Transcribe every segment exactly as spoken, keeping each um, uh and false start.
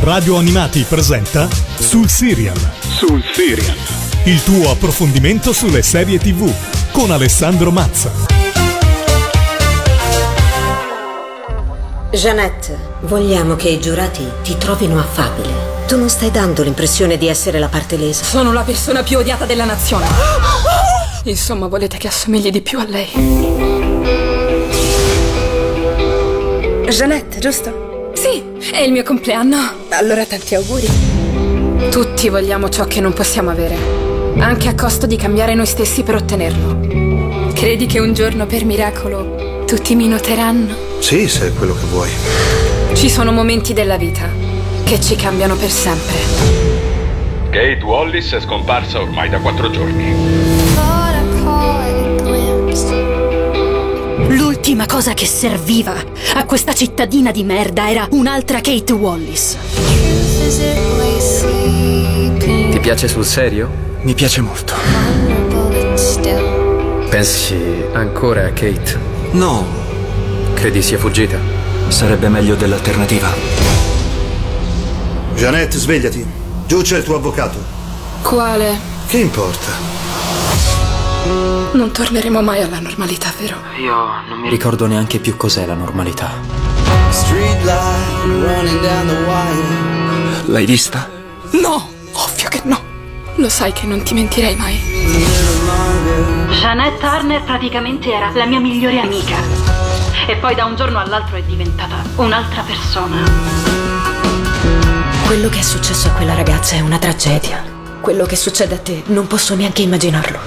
Radio Animati presenta Sul Serial. Sul Serial. Il tuo approfondimento sulle serie tivù con Alessandro Mazza. Jeanette, vogliamo che i giurati ti trovino affabile. Tu non stai dando l'impressione di essere la parte lesa. Sono la persona più odiata della nazione. Insomma, volete che assomigli di più a lei? Jeanette, giusto? Sì, è il mio compleanno. Allora tanti auguri. Tutti vogliamo ciò che non possiamo avere, anche a costo di cambiare noi stessi per ottenerlo. Credi che un giorno, per miracolo, tutti mi noteranno? Sì, se è quello che vuoi. Ci sono momenti della vita che ci cambiano per sempre. Kate Wallis è scomparsa ormai da quattro giorni. L'ultima cosa che serviva a questa cittadina di merda era un'altra Kate Wallis. Ti piace sul serio? Mi piace molto. Pensi ancora a Kate? No. Credi sia fuggita? Sarebbe meglio dell'alternativa. Jeanette, svegliati. Giù c'è il tuo avvocato. Quale? Che importa? Non torneremo mai alla normalità, vero? Io non mi ricordo neanche più cos'è la normalità. L'hai vista? No, ovvio che no. Lo sai che non ti mentirei mai. Jeanette Turner praticamente era la mia migliore amica. E poi da un giorno all'altro è diventata un'altra persona. Quello che è successo a quella ragazza è una tragedia. Quello che succede a te non posso neanche immaginarlo.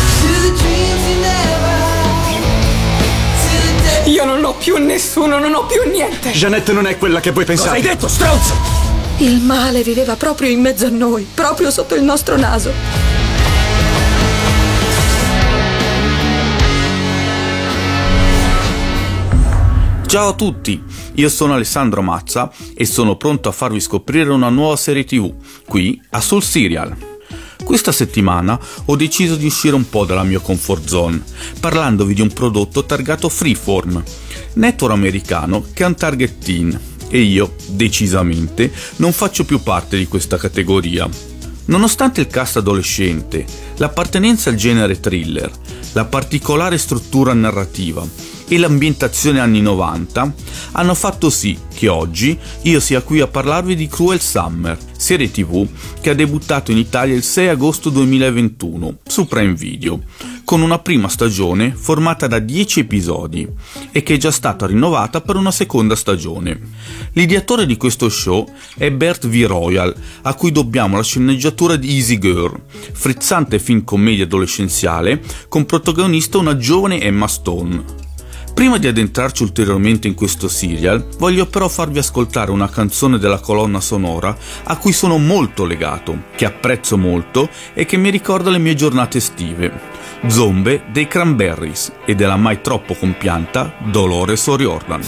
Io non ho più nessuno, non ho più niente. Jeanette non è quella che voi pensate. Cosa hai detto, stronzo? Il male viveva proprio in mezzo a noi, proprio sotto il nostro naso. Ciao a tutti, io sono Alessandro Mazza e sono pronto a farvi scoprire una nuova serie tivù, qui a Sul Serial. Questa settimana ho deciso di uscire un po' dalla mia comfort zone, parlandovi di un prodotto targato Freeform, network americano che ha un target teen, e io, decisamente, non faccio più parte di questa categoria. Nonostante il cast adolescente, l'appartenenza al genere thriller, la particolare struttura narrativa e l'ambientazione anni novanta hanno fatto sì che oggi io sia qui a parlarvi di Cruel Summer, serie tivù che ha debuttato in Italia il sei agosto duemilaventuno su Prime Video, con una prima stagione formata da dieci episodi e che è già stata rinnovata per una seconda stagione. L'ideatore di questo show è Bert V. Royal, a cui dobbiamo la sceneggiatura di Easy Girl, frizzante film commedia adolescenziale con protagonista una giovane Emma Stone. Prima di addentrarci ulteriormente in questo serial, voglio però farvi ascoltare una canzone della colonna sonora a cui sono molto legato, che apprezzo molto e che mi ricorda le mie giornate estive. Zombe dei Cranberries e della mai troppo compianta Dolores O'Riordan.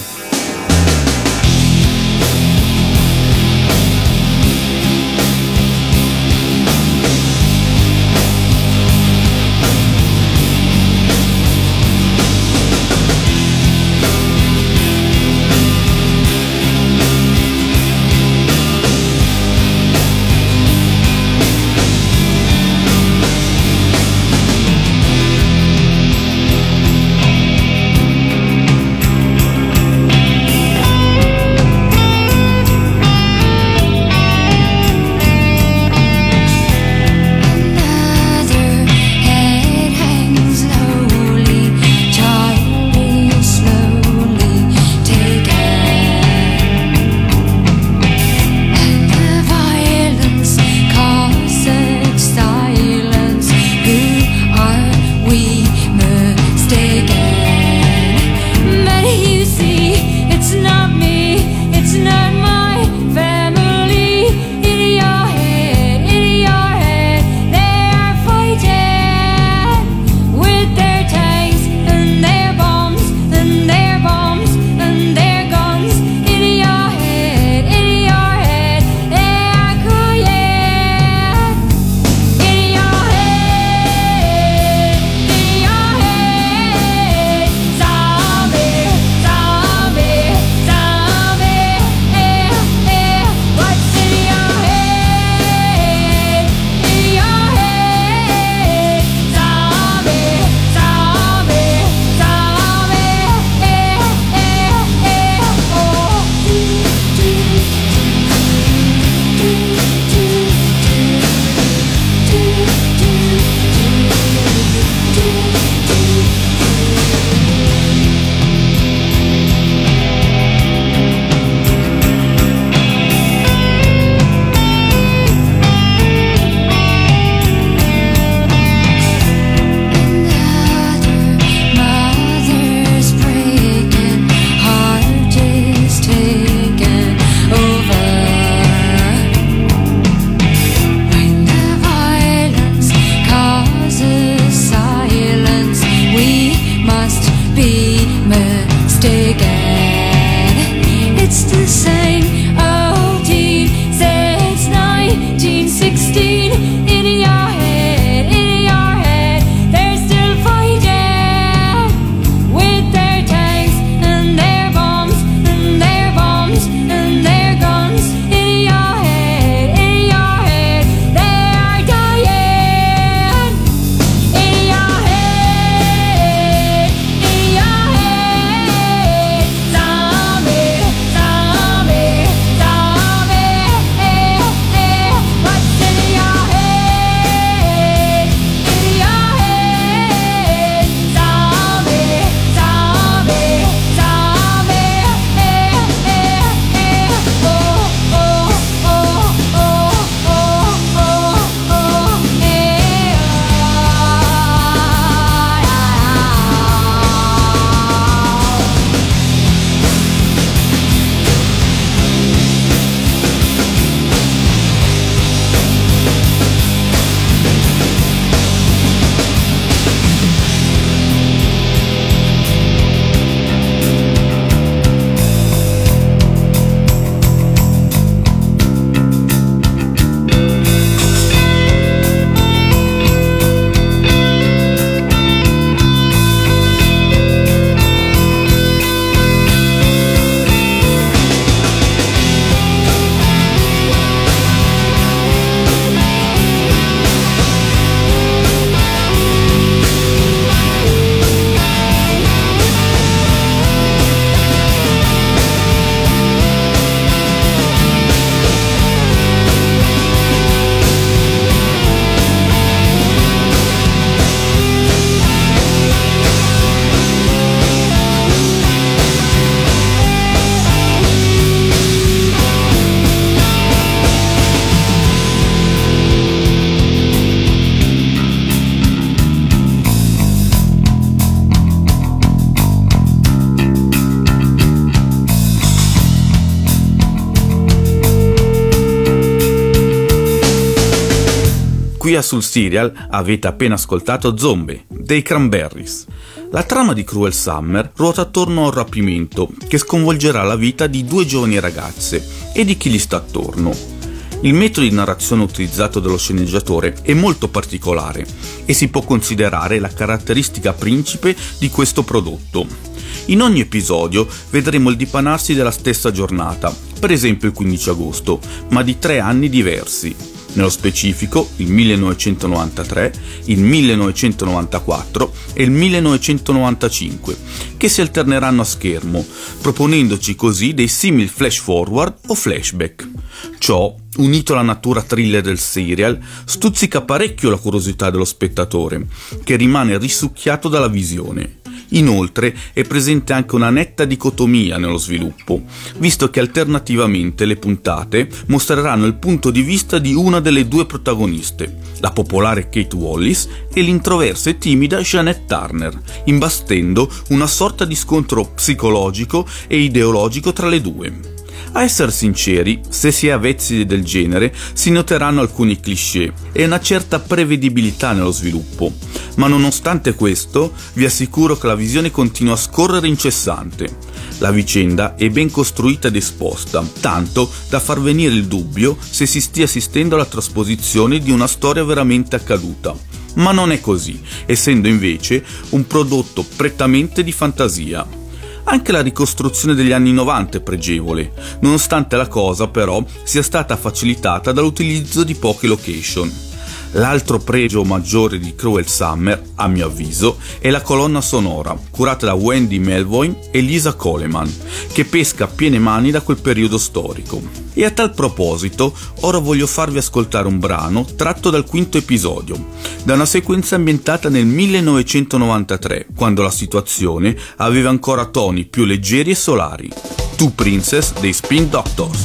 qui a Sul Serial avete appena ascoltato Zombie dei Cranberries. La trama di Cruel Summer ruota attorno a un rapimento che sconvolgerà la vita di due giovani ragazze e di chi gli sta attorno. Il metodo di narrazione utilizzato dallo sceneggiatore è molto particolare e si può considerare la caratteristica principe di questo prodotto. In ogni episodio vedremo il dipanarsi della stessa giornata, per esempio il quindici agosto, ma di tre anni diversi. Nello specifico il millenovecentonovantatré, il millenovecentonovantaquattro e il millenovecentonovantacinque, che si alterneranno a schermo, proponendoci così dei simili flash forward o flashback. Ciò, unito alla natura thriller del serial, stuzzica parecchio la curiosità dello spettatore, che rimane risucchiato dalla visione. Inoltre è presente anche una netta dicotomia nello sviluppo, visto che alternativamente le puntate mostreranno il punto di vista di una delle due protagoniste, la popolare Kate Wallis e l'introversa e timida Jeanette Turner, imbastendo una sorta di scontro psicologico e ideologico tra le due. A essere sinceri, se si è avvezzi del genere, si noteranno alcuni cliché e una certa prevedibilità nello sviluppo, ma nonostante questo, vi assicuro che la visione continua a scorrere incessante. La vicenda è ben costruita ed esposta, tanto da far venire il dubbio se si stia assistendo alla trasposizione di una storia veramente accaduta. Ma non è così, essendo invece un prodotto prettamente di fantasia. Anche la ricostruzione degli anni novanta è pregevole, nonostante la cosa però sia stata facilitata dall'utilizzo di poche location. L'altro pregio maggiore di Cruel Summer, a mio avviso, è la colonna sonora, curata da Wendy Melvoin e Lisa Coleman, che pesca a piene mani da quel periodo storico. E a tal proposito, ora voglio farvi ascoltare un brano tratto dal quinto episodio, da una sequenza ambientata nel millenovecentonovantatré, quando la situazione aveva ancora toni più leggeri e solari. Two Princess dei Spin Doctors.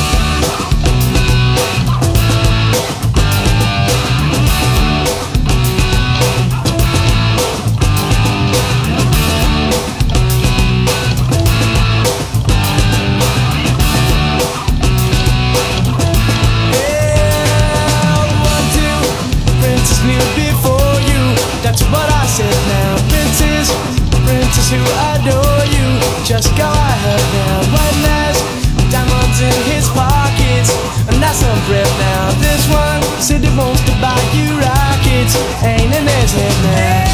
To adore you, just go ahead now. One last diamonds in his pockets, and that's some breath now. This one said he wants to buy you rockets, ain't in his head now.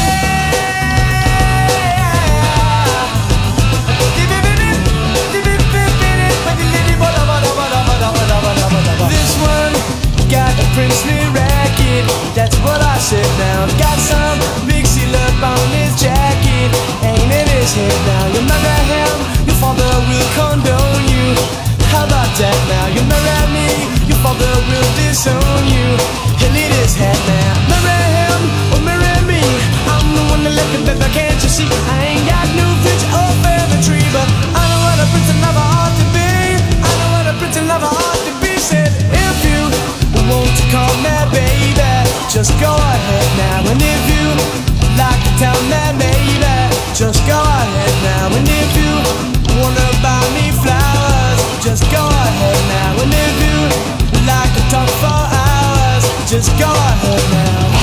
This one got a princely racket, that's what I said now. Got some big seal up on his jacket, ain't in his head now. You marry him, your father will condone you. How about that now? You marry me, your father will disown you. He'll eat his head now. Marry him or marry me, I'm the one that left it, baby, can't you see? I ain't got no rich or family tree, but I know what a prince and lover ought to be. I know what a prince and lover ought to be. Said if you want to call me baby, just go ahead now. And if you like to tell me maybe, just go ahead now. And if you wanna buy me flowers, just go ahead now. And if you like to talk for hours, just go ahead now.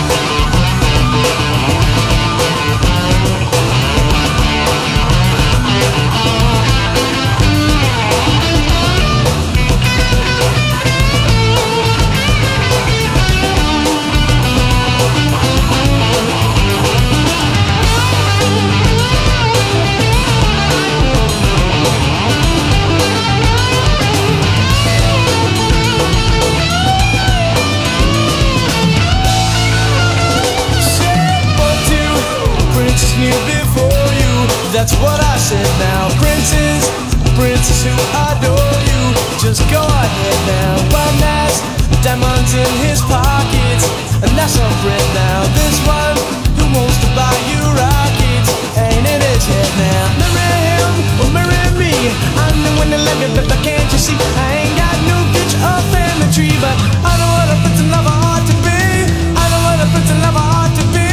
That's what I said now. Princes, princes who adore you, just go ahead now. One has diamonds in his pockets, and that's some bread now. This one who wants to buy you rockets, ain't in his head now. Marry him or marry me, I'm the one that love you, but can't you see? I ain't got no bitch or family tree, but I know what a prince and lover ought to be. I know what a prince and lover ought to be.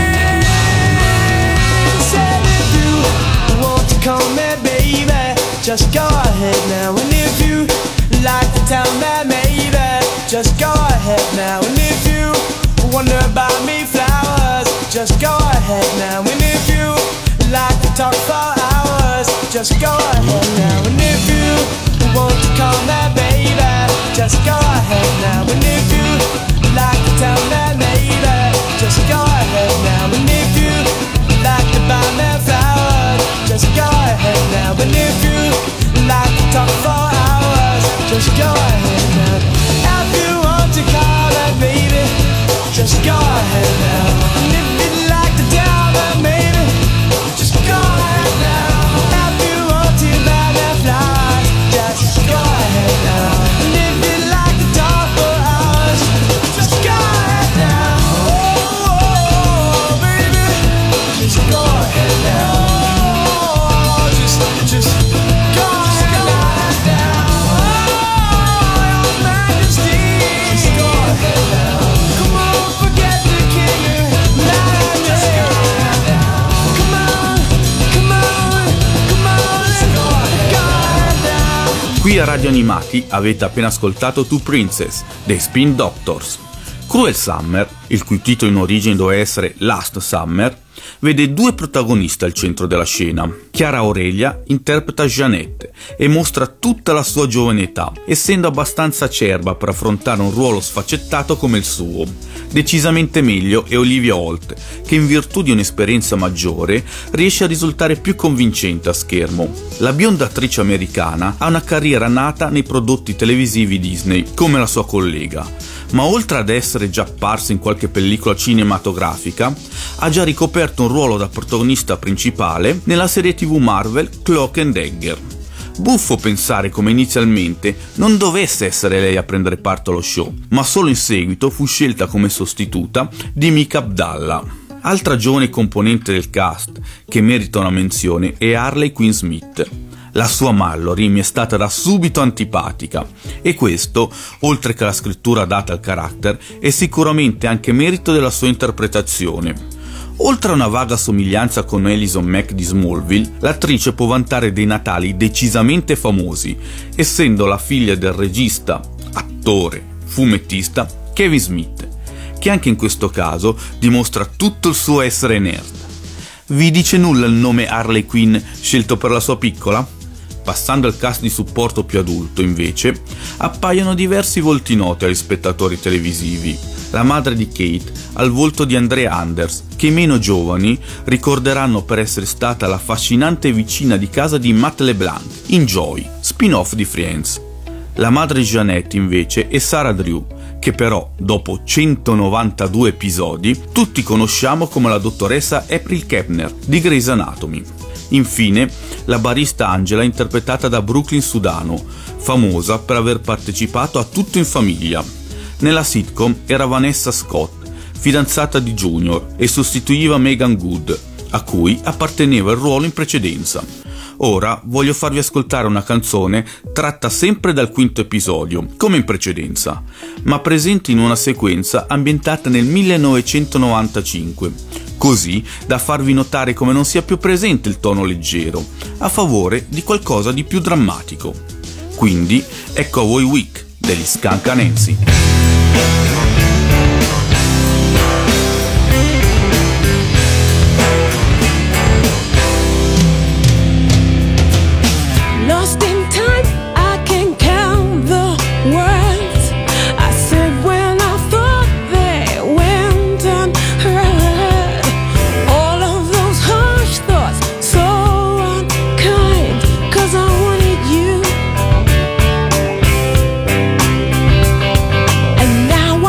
Call me baby, just go ahead now. And if you like to tell me maybe, just go ahead now. And if you wonder about me flowers, just go ahead now. And if you like to talk for hours, just go ahead now. And if you want to call me baby, just go ahead now. And if you like to tell me maybe, just go ahead now. And if you like to buy me flowers, just go ahead now. And if you like to talk for hours, just go ahead now. If you want to call me baby, just go ahead now. And if you'd like to tell me maybe, just go ahead now. If you want to buy me flowers, just go ahead now. And if you'd like to talk for hours, just go ahead now. Oh, oh, oh baby, just go ahead now. Oh, just, just go ahead now. Oh, your majesty, just go ahead now. Come on, forget the king and majesty. Come on, come on, come on, let's go ahead now. Qui a Radio Animati avete appena ascoltato Two Princess dei Spin Doctors. Cruel Summer, il cui titolo in origine doveva essere Last Summer, vede due protagonisti al centro della scena. Chiara Aurelia interpreta Jeannette e mostra tutta la sua giovane età, essendo abbastanza acerba per affrontare un ruolo sfaccettato come il suo. Decisamente meglio è Olivia Holt, che in virtù di un'esperienza maggiore riesce a risultare più convincente a schermo. La bionda attrice americana ha una carriera nata nei prodotti televisivi Disney, come la sua collega, ma oltre ad essere già apparsa in qualche pellicola cinematografica, ha già ricoperto un ruolo da protagonista principale nella serie tivù Marvel Cloak and Dagger. Buffo pensare come inizialmente non dovesse essere lei a prendere parte allo show, ma solo in seguito fu scelta come sostituta di Mika Abdallah. Altra giovane componente del cast che merita una menzione è Harley Quinn Smith. La sua Mallory mi è stata da subito antipatica, e questo, oltre che la scrittura data al carattere, è sicuramente anche merito della sua interpretazione. Oltre a una vaga somiglianza con Alison Mack di Smallville, l'attrice può vantare dei natali decisamente famosi, essendo la figlia del regista, attore, fumettista Kevin Smith, che anche in questo caso dimostra tutto il suo essere nerd. Vi dice nulla il nome Harley Quinn scelto per la sua piccola? Passando al cast di supporto più adulto, invece, appaiono diversi volti noti agli spettatori televisivi. La madre di Kate ha il volto di Andrea Anders, che i meno giovani ricorderanno per essere stata la affascinante vicina di casa di Matt LeBlanc in Joy, spin-off di Friends. La madre di Jeannette, invece, è Sarah Drew, che però, dopo centonovantadue episodi, tutti conosciamo come la dottoressa April Kepner di Grey's Anatomy. Infine, la barista Angela, interpretata da Brooklyn Sudano, famosa per aver partecipato a Tutto in Famiglia. Nella sitcom era Vanessa Scott, fidanzata di Junior, e sostituiva Megan Good, a cui apparteneva il ruolo in precedenza. Ora voglio farvi ascoltare una canzone tratta sempre dal quinto episodio, come in precedenza, ma presente in una sequenza ambientata nel millenovecentonovantacinque, così da farvi notare come non sia più presente il tono leggero, a favore di qualcosa di più drammatico. Quindi ecco a voi Weak degli Skunk Anansi. Lost in time, I can count the words I said when I thought they went unheard. All of those harsh thoughts, so unkind, 'cause I wanted you. And now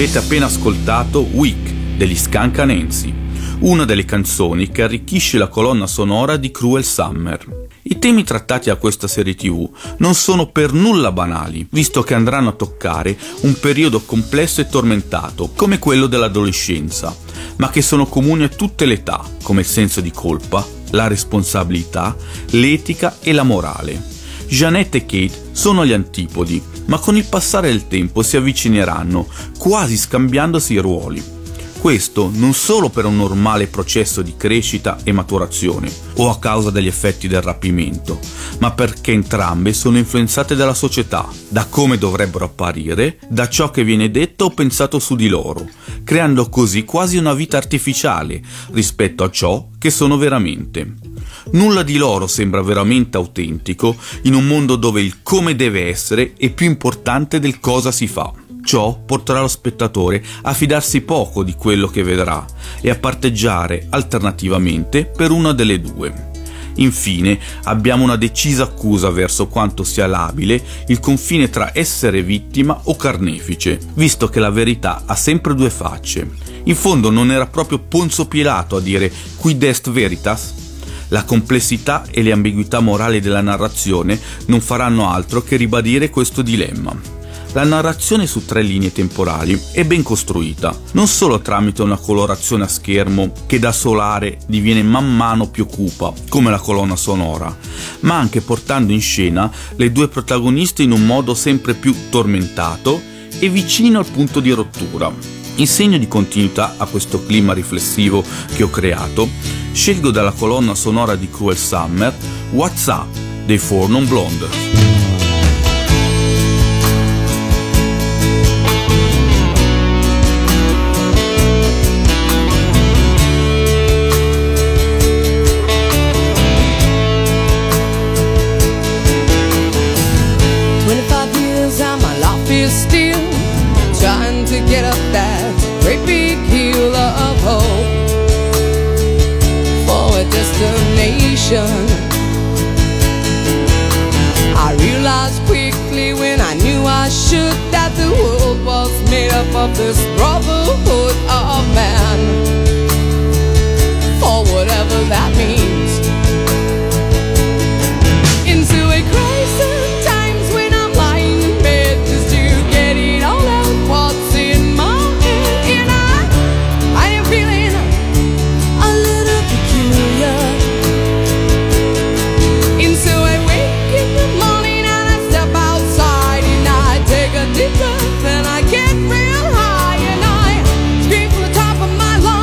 Avete appena ascoltato Weak degli Skunk Anansi, una delle canzoni che arricchisce la colonna sonora di Cruel Summer. I temi trattati da questa serie tivù non sono per nulla banali, visto che andranno a toccare un periodo complesso e tormentato come quello dell'adolescenza, ma che sono comuni a tutte le età, come il senso di colpa, la responsabilità, l'etica e la morale. Jeanette e Kate sono gli antipodi, ma con il passare del tempo si avvicineranno, quasi scambiandosi i ruoli. Questo non solo per un normale processo di crescita e maturazione, o a causa degli effetti del rapimento, ma perché entrambe sono influenzate dalla società, da come dovrebbero apparire, da ciò che viene detto o pensato su di loro, creando così quasi una vita artificiale rispetto a ciò che sono veramente. Nulla di loro sembra veramente autentico in un mondo dove il come deve essere è più importante del cosa si fa. Ciò porterà lo spettatore a fidarsi poco di quello che vedrà e a parteggiare alternativamente per una delle due. Infine, abbiamo una decisa accusa verso quanto sia labile il confine tra essere vittima o carnefice, visto che la verità ha sempre due facce. In fondo non era proprio Ponzio Pilato a dire quid est veritas? La complessità e le ambiguità morali della narrazione non faranno altro che ribadire questo dilemma. La narrazione su tre linee temporali è ben costruita, non solo tramite una colorazione a schermo che da solare diviene man mano più cupa, come la colonna sonora, ma anche portando in scena le due protagoniste in un modo sempre più tormentato e vicino al punto di rottura. In segno di continuità a questo clima riflessivo che ho creato, scelgo dalla colonna sonora di Cruel Summer What's Up dei Four Non Blonde. Still trying to get up that great big hill of hope for a destination. I realized quickly when I knew I should that the world was made up of this brotherhood of man, for whatever that means. Into a crisis deep breath and I get real high and I scream from the top of my lungs.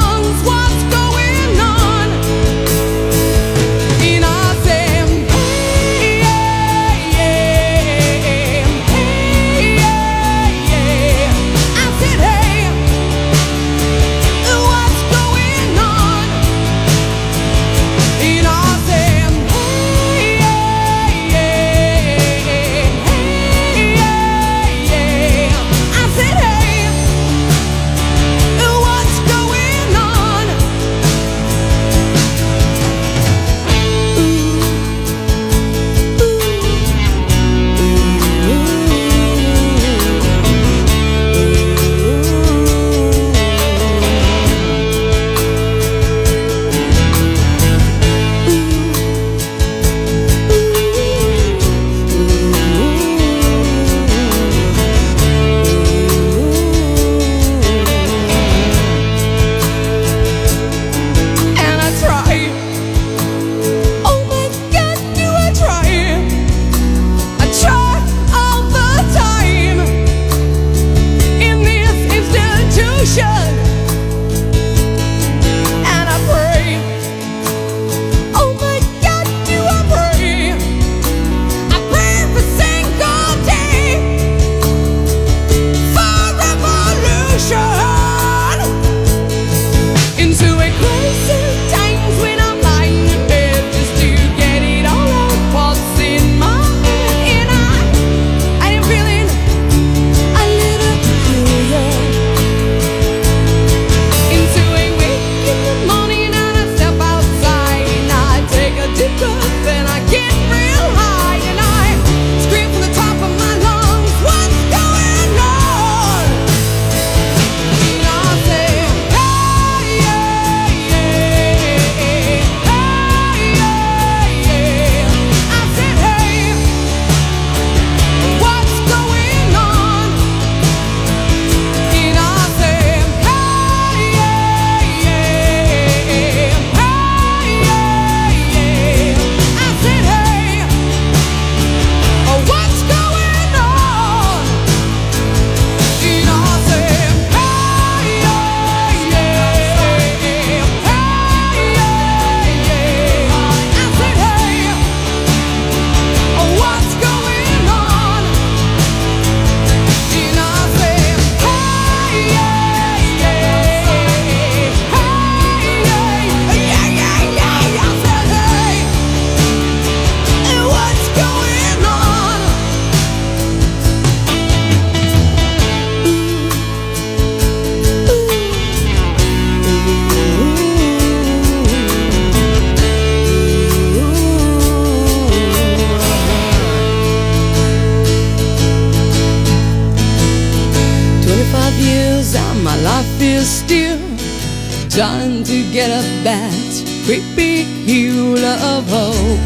refuel of hope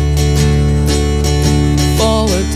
for a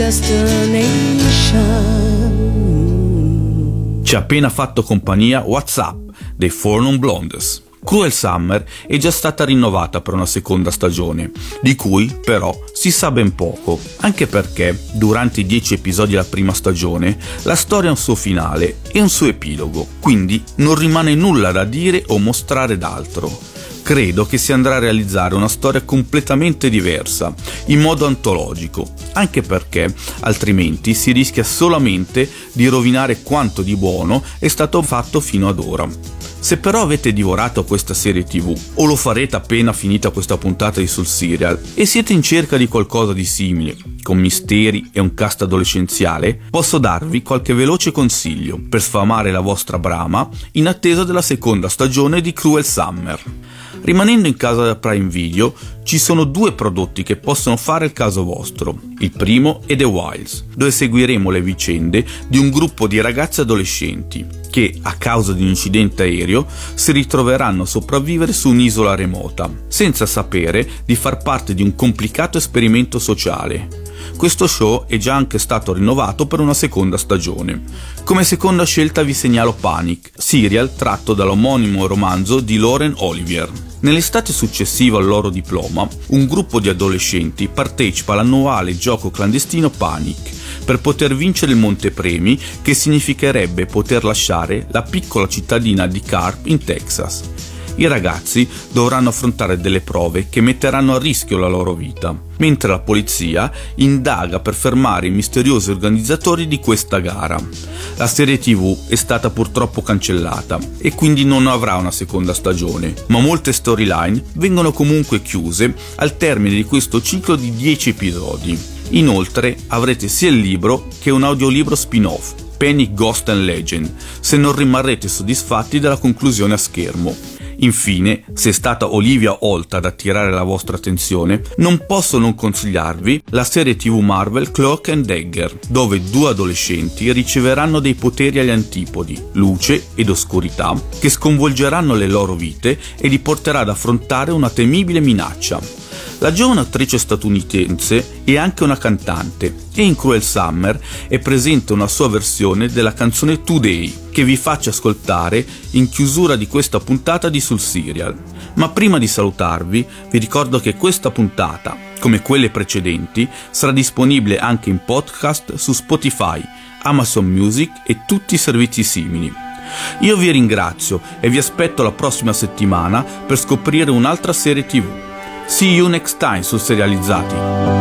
destination. Ci ha appena fatto compagnia WhatsApp dei Four Non Blondes. Cruel Summer è già stata rinnovata per una seconda stagione, di cui però si sa ben poco, anche perché durante i dieci episodi della prima stagione la storia ha un suo finale e un suo epilogo, quindi non rimane nulla da dire o mostrare d'altro. Credo che si andrà a realizzare una storia completamente diversa, in modo antologico, anche perché altrimenti si rischia solamente di rovinare quanto di buono è stato fatto fino ad ora. Se però avete divorato questa serie tivù, o lo farete appena finita questa puntata di Sul Serial, e siete in cerca di qualcosa di simile, con misteri e un cast adolescenziale, posso darvi qualche veloce consiglio per sfamare la vostra brama in attesa della seconda stagione di Cruel Summer. Rimanendo in casa da Prime Video, ci sono due prodotti che possono fare il caso vostro. Il primo è The Wilds, dove seguiremo le vicende di un gruppo di ragazzi adolescenti che, a causa di un incidente aereo, si ritroveranno a sopravvivere su un'isola remota, senza sapere di far parte di un complicato esperimento sociale. Questo show è già anche stato rinnovato per una seconda stagione. Come seconda scelta vi segnalo Panic, serial tratto dall'omonimo romanzo di Lauren Olivier. Nell'estate successiva al loro diploma, un gruppo di adolescenti partecipa all'annuale gioco clandestino Panic per poter vincere il montepremi, che significherebbe poter lasciare la piccola cittadina di Carp in Texas. I ragazzi dovranno affrontare delle prove che metteranno a rischio la loro vita, mentre la polizia indaga per fermare i misteriosi organizzatori di questa gara. La serie tivù è stata purtroppo cancellata e quindi non avrà una seconda stagione, ma molte storyline vengono comunque chiuse al termine di questo ciclo di dieci episodi. Inoltre avrete sia il libro che un audiolibro spin-off, Panic Ghost and Legend, se non rimarrete soddisfatti della conclusione a schermo. Infine, se è stata Olivia Holt ad attirare la vostra attenzione, non posso non consigliarvi la serie tivù Marvel Cloak and Dagger, dove due adolescenti riceveranno dei poteri agli antipodi, luce ed oscurità, che sconvolgeranno le loro vite e li porterà ad affrontare una temibile minaccia. La giovane attrice statunitense è anche una cantante e in Cruel Summer è presente una sua versione della canzone Today, che vi faccio ascoltare in chiusura di questa puntata di Sul Serial. Ma prima di salutarvi vi ricordo che questa puntata, come quelle precedenti, sarà disponibile anche in podcast su Spotify, Amazon Music e tutti i servizi simili. Io vi ringrazio e vi aspetto la prossima settimana per scoprire un'altra serie tivù. See you next time su Serializzati.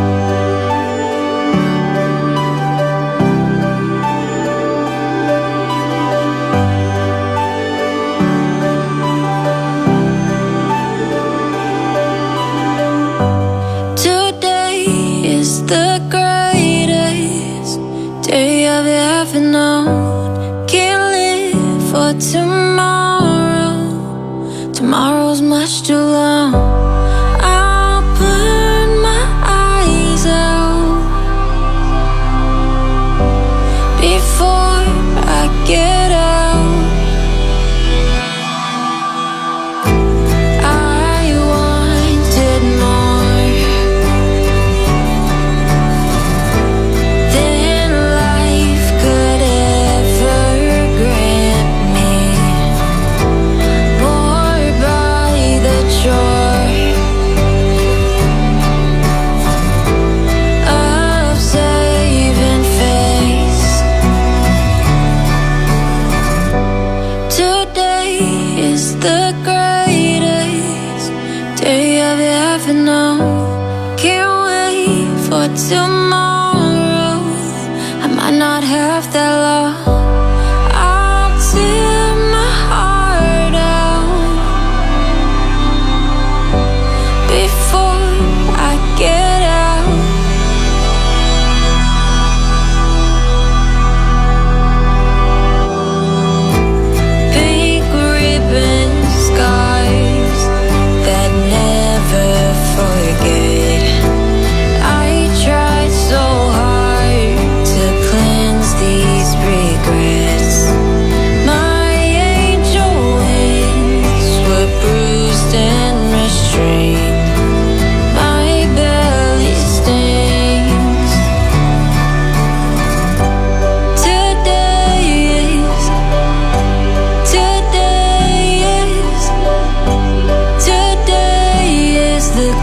Today is the greatest day I've ever known. Can't live for tomorrow. Tomorrow's much too long. Get out. I wanted more than life could ever grant me. More by the joy of saving face. Today is the greatest day I've ever known. Can't wait for tomorrow. I might not have that long. I'll tear my heart out before I get out. Scars that never forget. I tried so hard to cleanse these bricks.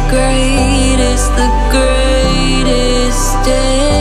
greatest, the greatest days.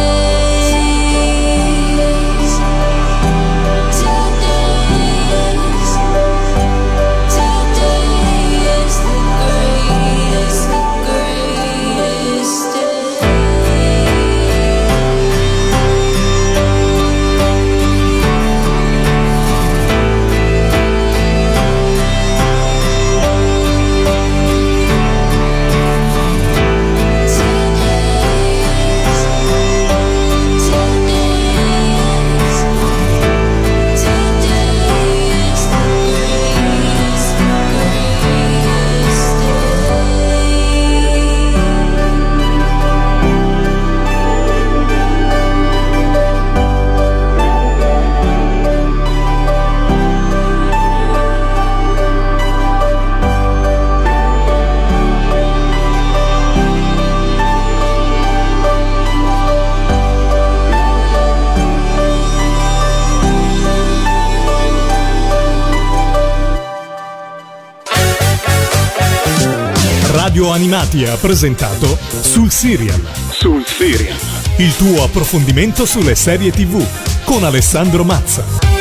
Radio Animati ha presentato Sul Serial. Sul Serial. Il tuo approfondimento sulle serie tivù con Alessandro Mazza.